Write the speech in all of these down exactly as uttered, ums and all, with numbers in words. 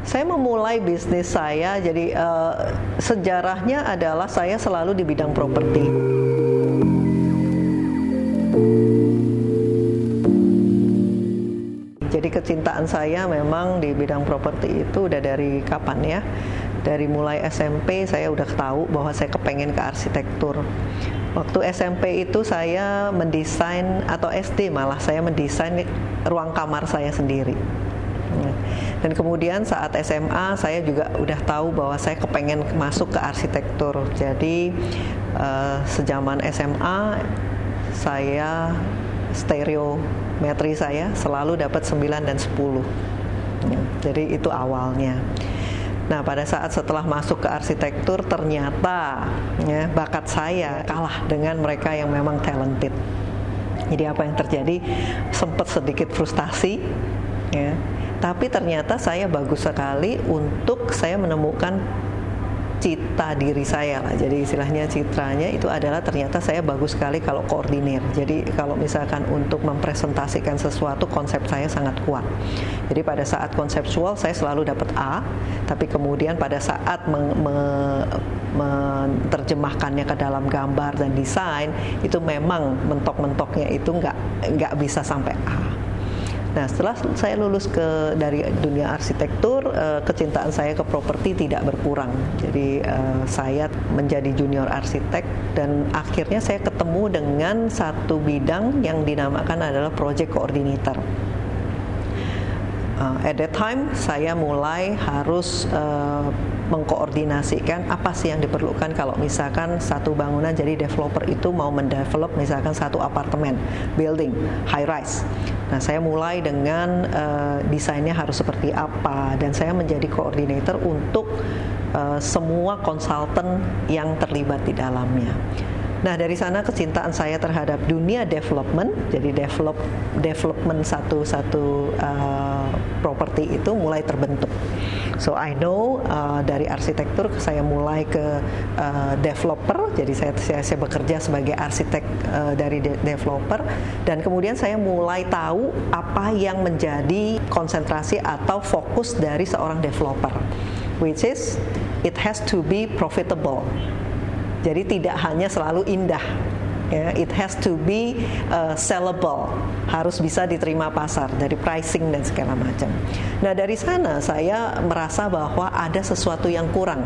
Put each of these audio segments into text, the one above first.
Saya memulai bisnis saya, jadi uh, sejarahnya adalah saya selalu di bidang properti. Jadi kecintaan saya memang di bidang properti itu udah dari kapan ya? Dari mulai S M P saya udah tahu bahwa saya kepengen ke arsitektur. Waktu S M P itu saya mendesain, atau S D malah saya mendesain ruang kamar saya sendiri. Dan kemudian saat S M A saya juga udah tahu bahwa saya kepengen masuk ke arsitektur. Jadi uh, sejaman S M A saya stereometri saya selalu dapat sembilan dan sepuluh. Jadi itu awalnya. Nah, pada saat setelah masuk ke arsitektur ternyata ya, bakat saya kalah dengan mereka yang memang talented. Jadi apa yang terjadi? Sempat sedikit frustasi ya. Tapi ternyata saya bagus sekali untuk saya menemukan cita diri saya lah. Jadi istilahnya citranya itu adalah ternyata saya bagus sekali kalau koordinir. Jadi kalau misalkan untuk mempresentasikan sesuatu, konsep saya sangat kuat. Jadi pada saat konseptual saya selalu dapat A, tapi kemudian pada saat meng, me, menerjemahkannya ke dalam gambar dan desain itu memang mentok-mentoknya itu nggak nggak bisa sampai A. Nah, setelah saya lulus ke dari dunia arsitektur, eh, kecintaan saya ke properti tidak berkurang. Jadi eh, saya menjadi junior arsitek dan akhirnya saya ketemu dengan satu bidang yang dinamakan adalah project coordinator. Uh, at that time saya mulai harus uh, mengkoordinasikan apa sih yang diperlukan kalau misalkan satu bangunan, jadi developer itu mau mendevelop misalkan satu apartemen, building, high rise. Nah, saya mulai dengan uh, desainnya harus seperti apa, dan saya menjadi koordinator untuk uh, semua konsultan yang terlibat di dalamnya. Nah, dari sana kecintaan saya terhadap dunia development, jadi develop development satu satu uh, properti itu mulai terbentuk. So I know uh, dari arsitektur saya mulai ke uh, developer, jadi saya, saya saya bekerja sebagai arsitek uh, dari de- developer, dan kemudian saya mulai tahu apa yang menjadi konsentrasi atau fokus dari seorang developer, which is it has to be profitable. Jadi tidak hanya selalu indah, ya, it has to be uh, sellable, harus bisa diterima pasar dari pricing dan segala macam. Nah, dari sana saya merasa bahwa ada sesuatu yang kurang.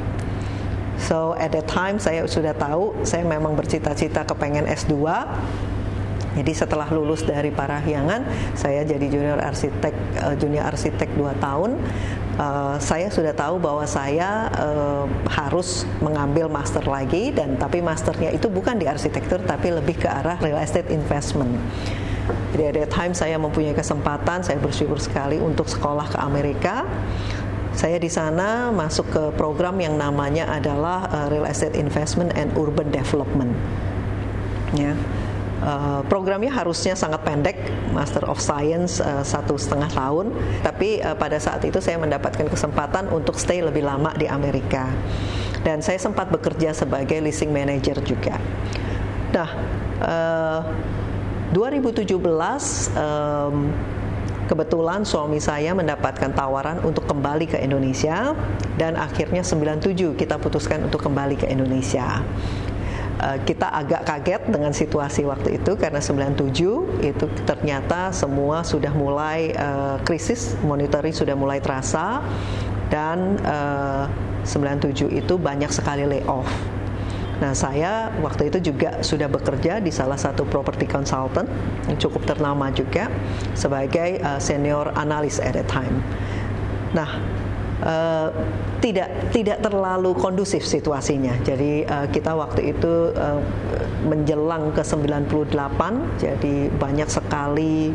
So at that time saya sudah tahu saya memang bercita-cita kepengen S dua. Jadi setelah lulus dari Parahyangan, saya jadi junior arsitek, uh, junior arsitek dua tahun. Uh, saya sudah tahu bahwa saya uh, harus mengambil master lagi, dan tapi masternya itu bukan di arsitektur tapi lebih ke arah real estate investment. Jadi at that time saya mempunyai kesempatan, saya bersyukur sekali untuk sekolah ke Amerika. Saya di sana masuk ke program yang namanya adalah uh, Real Estate Investment and Urban Development. Ya. Uh, programnya harusnya sangat pendek, Master of Science uh, satu setengah tahun, tapi uh, pada saat itu saya mendapatkan kesempatan untuk stay lebih lama di Amerika, dan saya sempat bekerja sebagai leasing manager juga. Nah, uh, dua ribu tujuh belas um, kebetulan suami saya mendapatkan tawaran untuk kembali ke Indonesia, dan akhirnya sembilan puluh tujuh kita putuskan untuk kembali ke Indonesia. Uh, kita agak kaget dengan situasi waktu itu karena sembilan puluh tujuh itu ternyata semua sudah mulai uh, krisis, monetary sudah mulai terasa, dan uh, sembilan puluh tujuh itu banyak sekali layoff. Nah, saya waktu itu juga sudah bekerja di salah satu property consultant yang cukup ternama juga sebagai uh, senior analis at that time. Nah, Uh, tidak tidak terlalu kondusif situasinya. Jadi uh, kita waktu itu uh, menjelang ke sembilan puluh delapan, jadi banyak sekali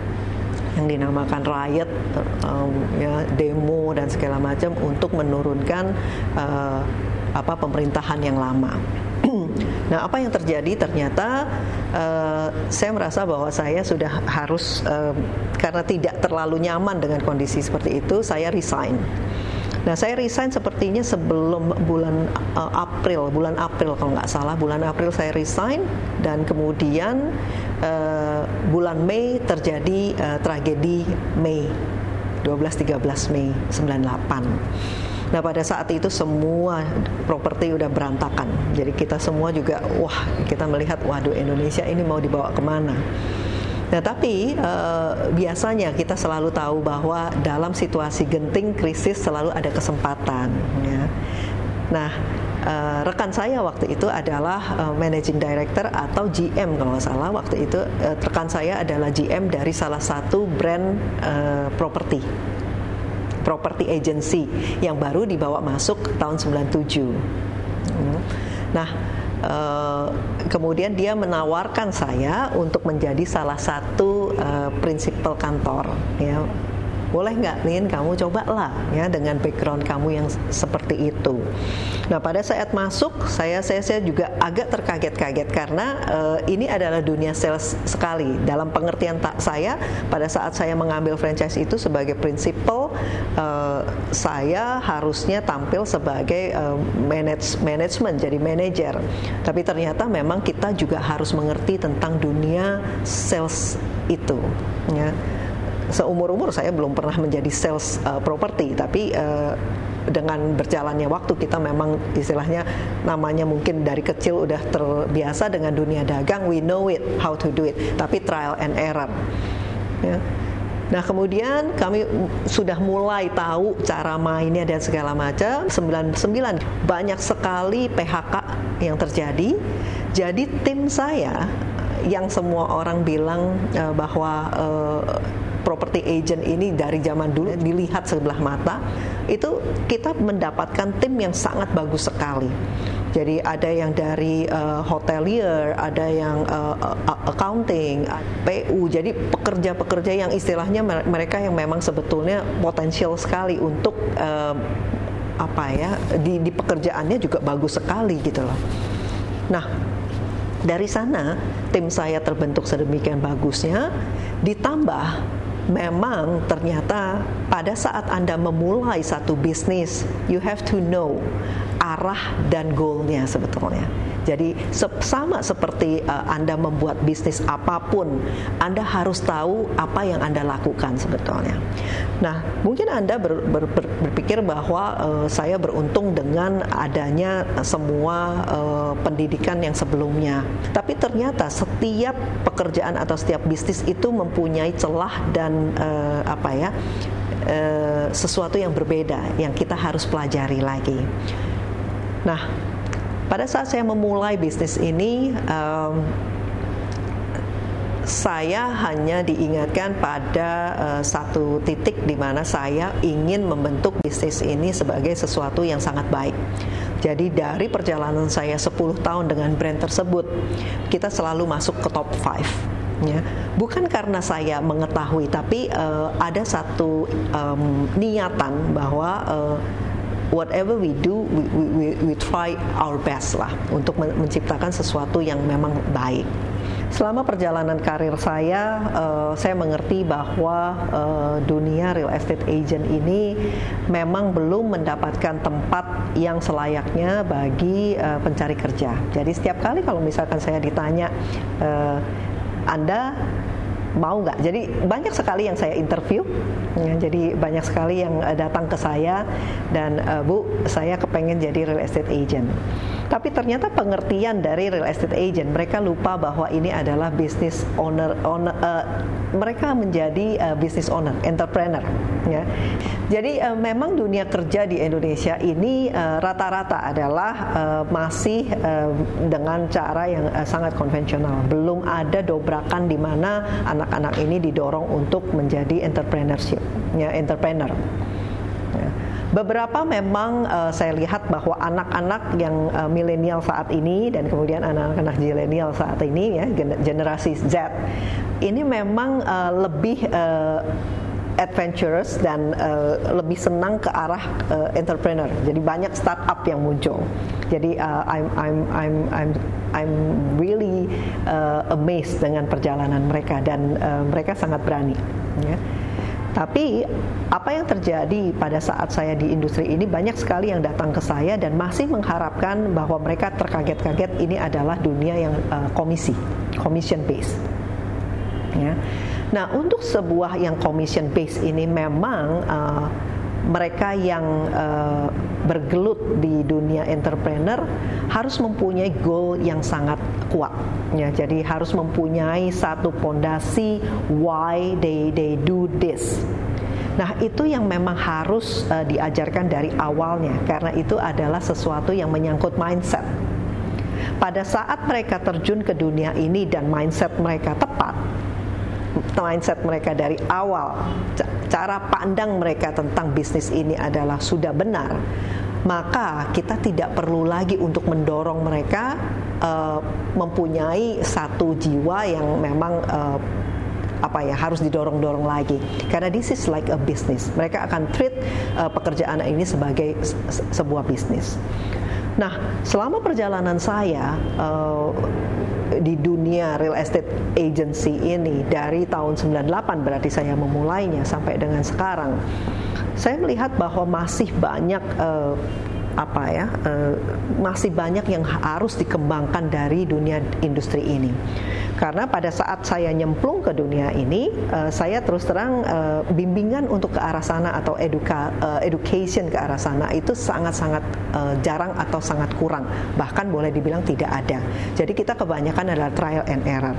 yang dinamakan riot, um, ya, demo dan segala macam untuk menurunkan uh, apa pemerintahan yang lama. Nah, apa yang terjadi ternyata uh, saya merasa bahwa saya sudah harus uh, karena tidak terlalu nyaman dengan kondisi seperti itu, saya resign. Nah, saya resign sepertinya sebelum bulan uh, April, bulan April kalau nggak salah, bulan April saya resign, dan kemudian uh, bulan Mei terjadi uh, tragedi Mei dua belas tiga belas Mei sembilan puluh delapan. Nah pada saat itu semua properti udah berantakan. Jadi kita semua juga wah kita melihat waduh Indonesia ini mau dibawa kemana. Nah tapi eh, biasanya kita selalu tahu bahwa dalam situasi genting krisis selalu ada kesempatan. Ya. Nah eh, rekan saya waktu itu adalah eh, managing director atau G M kalau nggak salah waktu itu eh, rekan saya adalah G M dari salah satu brand eh, properti. Property agency yang baru dibawa masuk tahun sembilan puluh tujuh. Nah, eh, kemudian dia menawarkan saya untuk menjadi salah satu eh, prinsipal kantor. Ya, boleh nggak, Lin? Kamu cobalah ya dengan background kamu yang seperti itu. Nah, pada saat masuk saya saya, saya juga agak terkaget-kaget karena uh, ini adalah dunia sales sekali. Dalam pengertian tak saya pada saat saya mengambil franchise itu sebagai prinsipal, uh, saya harusnya tampil sebagai uh, manage management, jadi manajer. Tapi ternyata memang kita juga harus mengerti tentang dunia sales itu. Ya. Seumur-umur saya belum pernah menjadi sales uh, properti, tapi uh, dengan berjalannya waktu kita memang istilahnya namanya mungkin dari kecil udah terbiasa dengan dunia dagang, we know it, how to do it, tapi trial and error. Ya. Nah kemudian kami sudah mulai tahu cara mainnya dan segala macam. sembilan puluh sembilan banyak sekali P H K yang terjadi. Jadi tim saya yang semua orang bilang uh, bahwa uh, property agent ini dari zaman dulu dilihat sebelah mata, itu kita mendapatkan tim yang sangat bagus sekali. Jadi ada yang dari uh, hotelier, ada yang uh, accounting, P U, jadi pekerja-pekerja yang istilahnya mereka yang memang sebetulnya potensial sekali untuk uh, apa ya di, di pekerjaannya juga bagus sekali gitu loh. Nah dari sana tim saya terbentuk sedemikian bagusnya, ditambah memang ternyata pada saat Anda memulai satu bisnis, you have to know arah dan goalnya sebetulnya. Jadi sama seperti uh, Anda membuat bisnis apapun, Anda harus tahu apa yang Anda lakukan sebetulnya. Nah, mungkin Anda ber, ber, ber, berpikir bahwa uh, saya beruntung dengan adanya semua uh, pendidikan yang sebelumnya. Tapi ternyata setiap pekerjaan atau setiap bisnis itu mempunyai celah dan uh, apa ya, uh, sesuatu yang berbeda yang kita harus pelajari lagi. Nah, pada saat saya memulai bisnis ini, um, saya hanya diingatkan pada uh, satu titik di mana saya ingin membentuk bisnis ini sebagai sesuatu yang sangat baik. Jadi dari perjalanan saya sepuluh tahun dengan brand tersebut, kita selalu masuk ke top lima. Ya, bukan karena saya mengetahui, tapi uh, ada satu um, niatan bahwa uh, whatever we do, we, we, we try our best lah untuk menciptakan sesuatu yang memang baik. Selama perjalanan karir saya, uh, saya mengerti bahwa uh, dunia real estate agent ini memang belum mendapatkan tempat yang selayaknya bagi uh, pencari kerja. Jadi setiap kali kalau misalkan saya ditanya, uh, Anda mau nggak? Jadi banyak sekali yang saya interview, ya, jadi banyak sekali yang uh, datang ke saya dan uh, Bu, saya kepengen jadi real estate agent. Tapi ternyata pengertian dari real estate agent, mereka lupa bahwa ini adalah business owner, owner uh, mereka menjadi uh, business owner, entrepreneur. Ya. Jadi uh, memang dunia kerja di Indonesia ini uh, rata-rata adalah uh, masih uh, dengan cara yang uh, sangat konvensional. Belum ada dobrakan di mana anak-anak ini didorong untuk menjadi entrepreneurship, ya, entrepreneur. Ya. Beberapa memang uh, saya lihat bahwa anak-anak yang uh, milenial saat ini dan kemudian anak-anak zilenial saat ini, ya, generasi Z, ini memang uh, lebih uh, adventurous dan uh, lebih senang ke arah uh, entrepreneur. Jadi banyak startup yang muncul. Jadi uh, I'm I'm I'm I'm I'm really uh, amazed dengan perjalanan mereka dan uh, mereka sangat berani. Ya. Tapi apa yang terjadi pada saat saya di industri ini, banyak sekali yang datang ke saya dan masih mengharapkan bahwa mereka terkaget-kaget ini adalah dunia yang uh, komisi, commission based. Ya. Nah, untuk sebuah yang commission based ini memang uh, mereka yang uh, bergelut di dunia entrepreneur harus mempunyai goal yang sangat kuat. Ya, jadi harus mempunyai satu pondasi why they they do this. Nah, itu yang memang harus uh, diajarkan dari awalnya, karena itu adalah sesuatu yang menyangkut mindset. Pada saat mereka terjun ke dunia ini dan mindset mereka tepat, mindset mereka dari awal, cara pandang mereka tentang bisnis ini adalah sudah benar, maka kita tidak perlu lagi untuk mendorong mereka uh, mempunyai satu jiwa yang memang uh, apa ya harus didorong-dorong lagi, karena this is like a business. Mereka akan treat uh, pekerjaan ini sebagai se- sebuah bisnis. Nah, selama perjalanan saya uh, di dunia real estate agency ini dari tahun sembilan puluh delapan, berarti saya memulainya sampai dengan sekarang, saya melihat bahwa masih banyak uh, apa ya uh, masih banyak yang harus dikembangkan dari dunia industri ini. Karena pada saat saya nyemplung ke dunia ini, uh, saya terus terang uh, bimbingan untuk ke arah sana atau eduka, uh, education ke arah sana itu sangat-sangat uh, jarang atau sangat kurang, bahkan boleh dibilang tidak ada. Jadi kita kebanyakan adalah trial and error.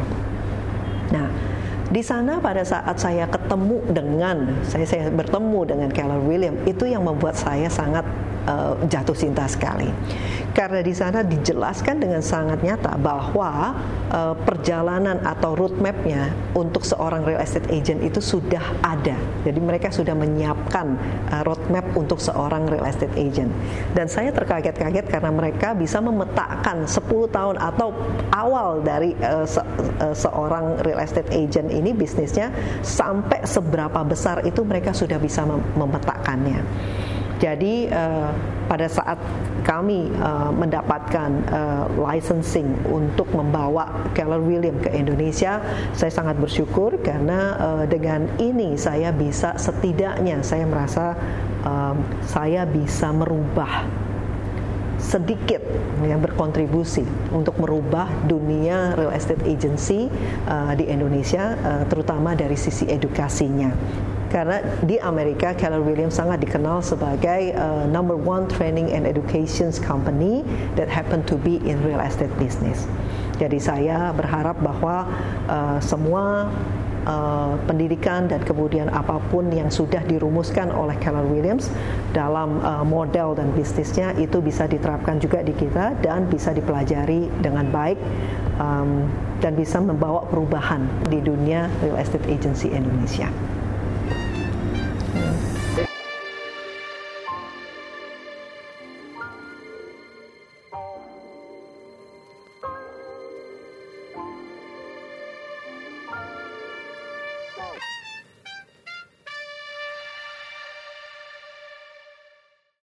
Nah, di sana pada saat saya ketemu dengan saya, saya bertemu dengan Keller Williams, itu yang membuat saya sangat uh, jatuh cinta sekali. Karena di sana dijelaskan dengan sangat nyata bahwa uh, perjalanan atau roadmap-nya untuk seorang real estate agent itu sudah ada. Jadi mereka sudah menyiapkan uh, roadmap untuk seorang real estate agent. Dan saya terkaget-kaget karena mereka bisa memetakan sepuluh tahun atau awal dari uh, se- uh, seorang real estate agent ini bisnisnya sampai seberapa besar itu mereka sudah bisa mem- memetakannya. Jadi uh, pada saat kami uh, mendapatkan uh, licensing untuk membawa Keller Williams ke Indonesia, saya sangat bersyukur karena uh, dengan ini saya bisa setidaknya saya merasa um, saya bisa merubah sedikit yang berkontribusi untuk merubah dunia real estate agency uh, di Indonesia, uh, terutama dari sisi edukasinya. Karena di Amerika Keller Williams sangat dikenal sebagai uh, number one training and education company that happen to be in real estate business. Jadi saya berharap bahwa uh, semua uh, pendidikan dan kemudian apapun yang sudah dirumuskan oleh Keller Williams dalam uh, model dan bisnisnya itu bisa diterapkan juga di kita dan bisa dipelajari dengan baik um, dan bisa membawa perubahan di dunia real estate agency Indonesia.